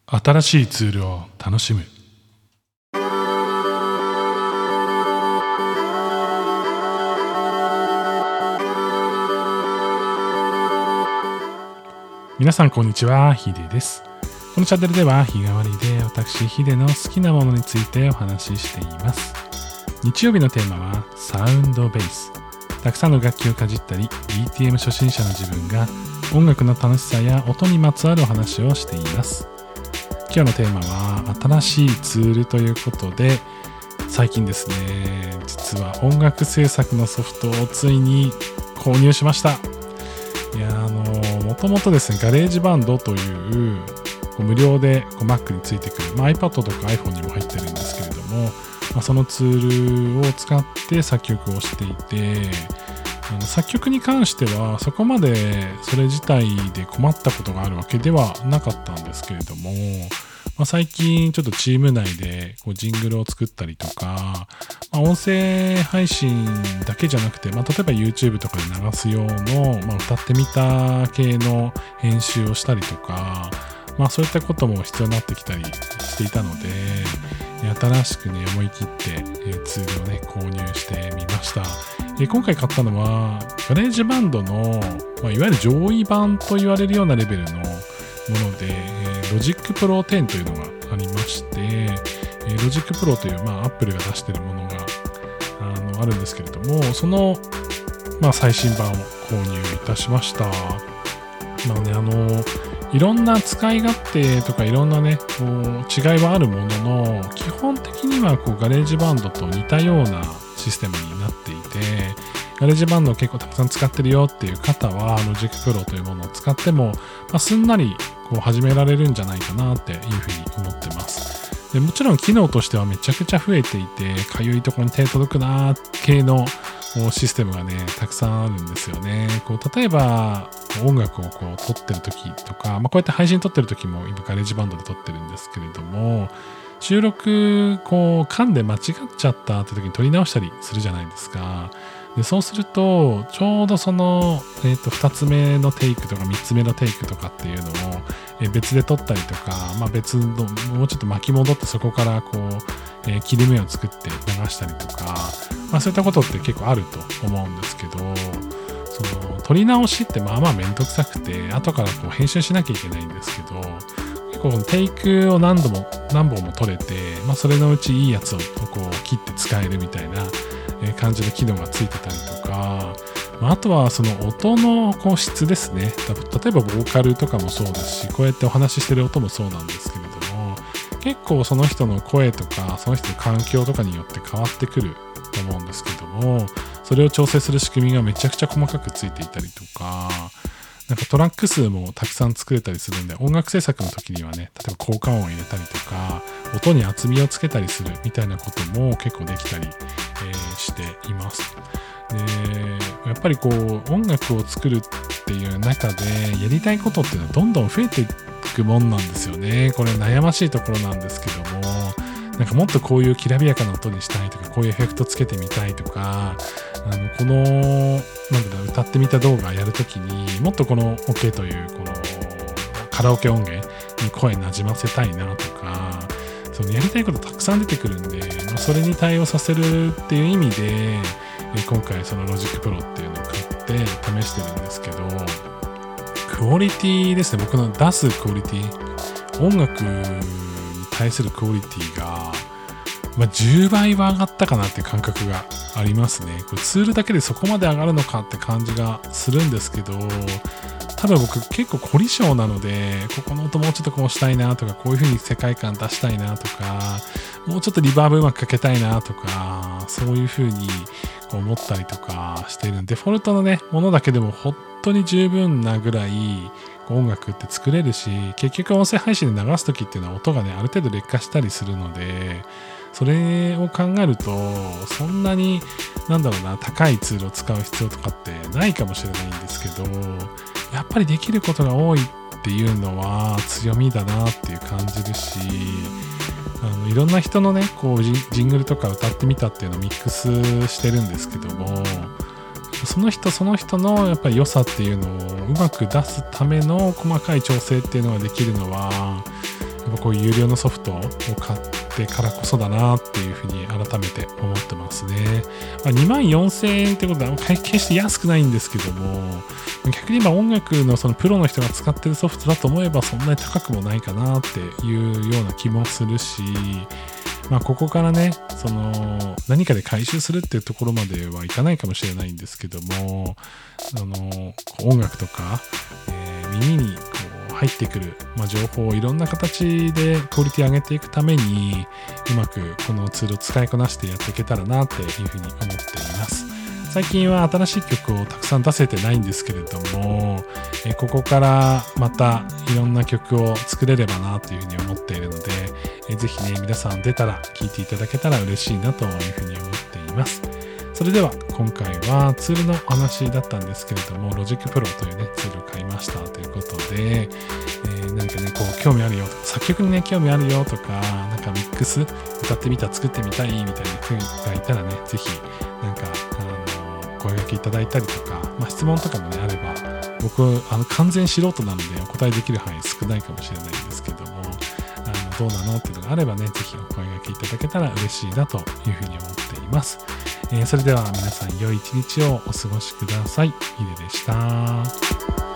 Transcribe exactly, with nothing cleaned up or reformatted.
新しいツールを楽しむ。皆さんこんにちは、ヒデです。このチャンネルでは日替わりで私ヒデの好きなものについてお話ししています。日曜日のテーマはサウンドベース。たくさんの楽器をかじったり ビーティーエム 初心者の自分が音楽の楽しさや音にまつわるお話をしています。今日のテーマは新しいツールということで、最近ですね、実は音楽制作のソフトをついに購入しました。いやあのもともとですね、ガレージバンドというこう無料でこう Mac についてくる、まあ、iPad とか iPhone にも入ってるんですけれども、まあ、そのツールを使って作曲をしていて、あの作曲に関してはそこまでそれ自体で困ったことがあるわけではなかったんですけれども、まあ、最近ちょっとチーム内でこうジングルを作ったりとか、まあ、音声配信だけじゃなくて、まあ、例えば YouTube とかで流す用の、まあ、歌ってみた系の編集をしたりとか、まあ、そういったことも必要になってきたりしていたので、新しくね思い切ってツールをね購入してみました。今回買ったのはガレージバンドの、まあ、いわゆる上位版と言われるようなレベルのもので、ロジックプロテンというのがありまして、ロジックプロという、まあ、Apple が出しているものが あのあるんですけれども、その、まあ、最新版を購入いたしました。まあね、あのいろんな使い勝手とかいろんなねこう違いはあるものの、基本的にはこうガレージバンドと似たようなシステムになっていて、ガレージバンドを結構たくさん使ってるよっていう方はロジックプロというものを使っても、まあ、すんなりこう始められるんじゃないかなっていうふうに思ってます。でもちろん機能としてはめちゃくちゃ増えていて、かゆいところに手届くな系のシステムがねたくさんあるんですよね。こう例えば音楽をこう撮ってる時とか、まあ、こうやって配信撮ってる時も今ガレージバンドで撮ってるんですけれども、収録こう噛んで間違っちゃったって時に撮り直したりするじゃないですか。でそうするとちょうどその、えーとふたつめのテイクとかみっつめのテイクとかっていうのを、えー、別で撮ったりとか、まあ、別のもうちょっと巻き戻ってそこからこう、えー、切れ目を作って流したりとか、まあ、そういったことって結構あると思うんですけど、その撮り直しってまあまあめんどくさくて後からこう編集しなきゃいけないんですけど、結構テイクを何度も何本も撮れて、まあ、それのうちいいやつをこう切って使えるみたいな感じの機能がついてたりとか、まあ、あとはその音のこう質ですね。例えばボーカルとかもそうですし、こうやってお話ししてる音もそうなんですけれども、結構その人の声とかその人の環境とかによって変わってくると思うんですけども、それを調整する仕組みがめちゃくちゃ細かくついていたりとか、なんかトラック数もたくさん作れたりするんで、音楽制作の時にはね、例えば効果音を入れたりとか音に厚みをつけたりするみたいなことも結構できたり、えー、しています。でやっぱりこう音楽を作るっていう中でやりたいことっていうのはどんどん増えていくもんなんですよね。これ悩ましいところなんですけども、なんかもっとこういうきらびやかな音にしたいとか、こういうエフェクトつけてみたいとか、あのこのなんだろう歌ってみた動画やるときにもっとこのオケというこのカラオケ音源に声なじませたいなとか、そのやりたいことたくさん出てくるんで、まあ、それに対応させるっていう意味で今回そのロジックプロっていうのを買って試してるんですけど、クオリティですね。僕の出すクオリティ、音楽に対するクオリティが、まあ、じゅうばいは上がったかなっていう感覚がありますね。これツールだけでそこまで上がるのかって感じがするんですけど、多分僕結構凝り性なので、ここの音もうちょっとこうしたいなとか、こういう風に世界観出したいなとか、もうちょっとリバーブうまくかけたいなとか、そういう風に思ったりとかしているんで、デフォルトのねものだけでも本当に十分なぐらい音楽って作れるし、結局音声配信で流す時っていうのは音がねある程度劣化したりするので、それを考えるとそんなになんだろうな高いツールを使う必要とかってないかもしれないんですけど、やっぱりできることが多いっていうのは強みだなっていう感じるし、あのいろんな人のねこう ジ, ジングルとか歌ってみたっていうのをミックスしてるんですけども、その人その人のやっぱり良さっていうのをうまく出すための細かい調整っていうのができるのはっぱこういう有料のソフトを買ってからこそだなっていうふうに改めて思ってますね。まあ、にまんよんせんえんってことは決して安くないんですけども、逆に言えば音楽のそのプロの人が使ってるソフトだと思えばそんなに高くもないかなっていうような気もするし、まあここからね、その何かで回収するっていうところまではいかないかもしれないんですけども、あの音楽とか、えー、耳にこう入ってくる、まあ、情報をいろんな形でクオリティ上げていくためにうまくこのツールを使いこなしてやっていけたらなっていうふうに思っています。最近は新しい曲をたくさん出せてないんですけれども、えここからまたいろんな曲を作れればなというふうに思っているので、えぜひね皆さん出たら聴いていただけたら嬉しいなというふうに思っています。それでは今回はツールのお話だったんですけれども、ロジックプロというねツールを買いましたということで、えー、何かねこう興味あるよとか、作曲にね興味あるよとか、なんかミックス歌ってみた、作ってみたいみたいな人がいたらね、ぜひなんかお声掛けいただいたりとか、まあ、質問とかもねあれば、僕あの完全素人なのでお答えできる範囲少ないかもしれないんですけども、あのどうなのっていうのがあればね、ぜひお声掛けいただけたら嬉しいなというふうに思っています。えー、それでは皆さん良い一日をお過ごしください。ヒデでした。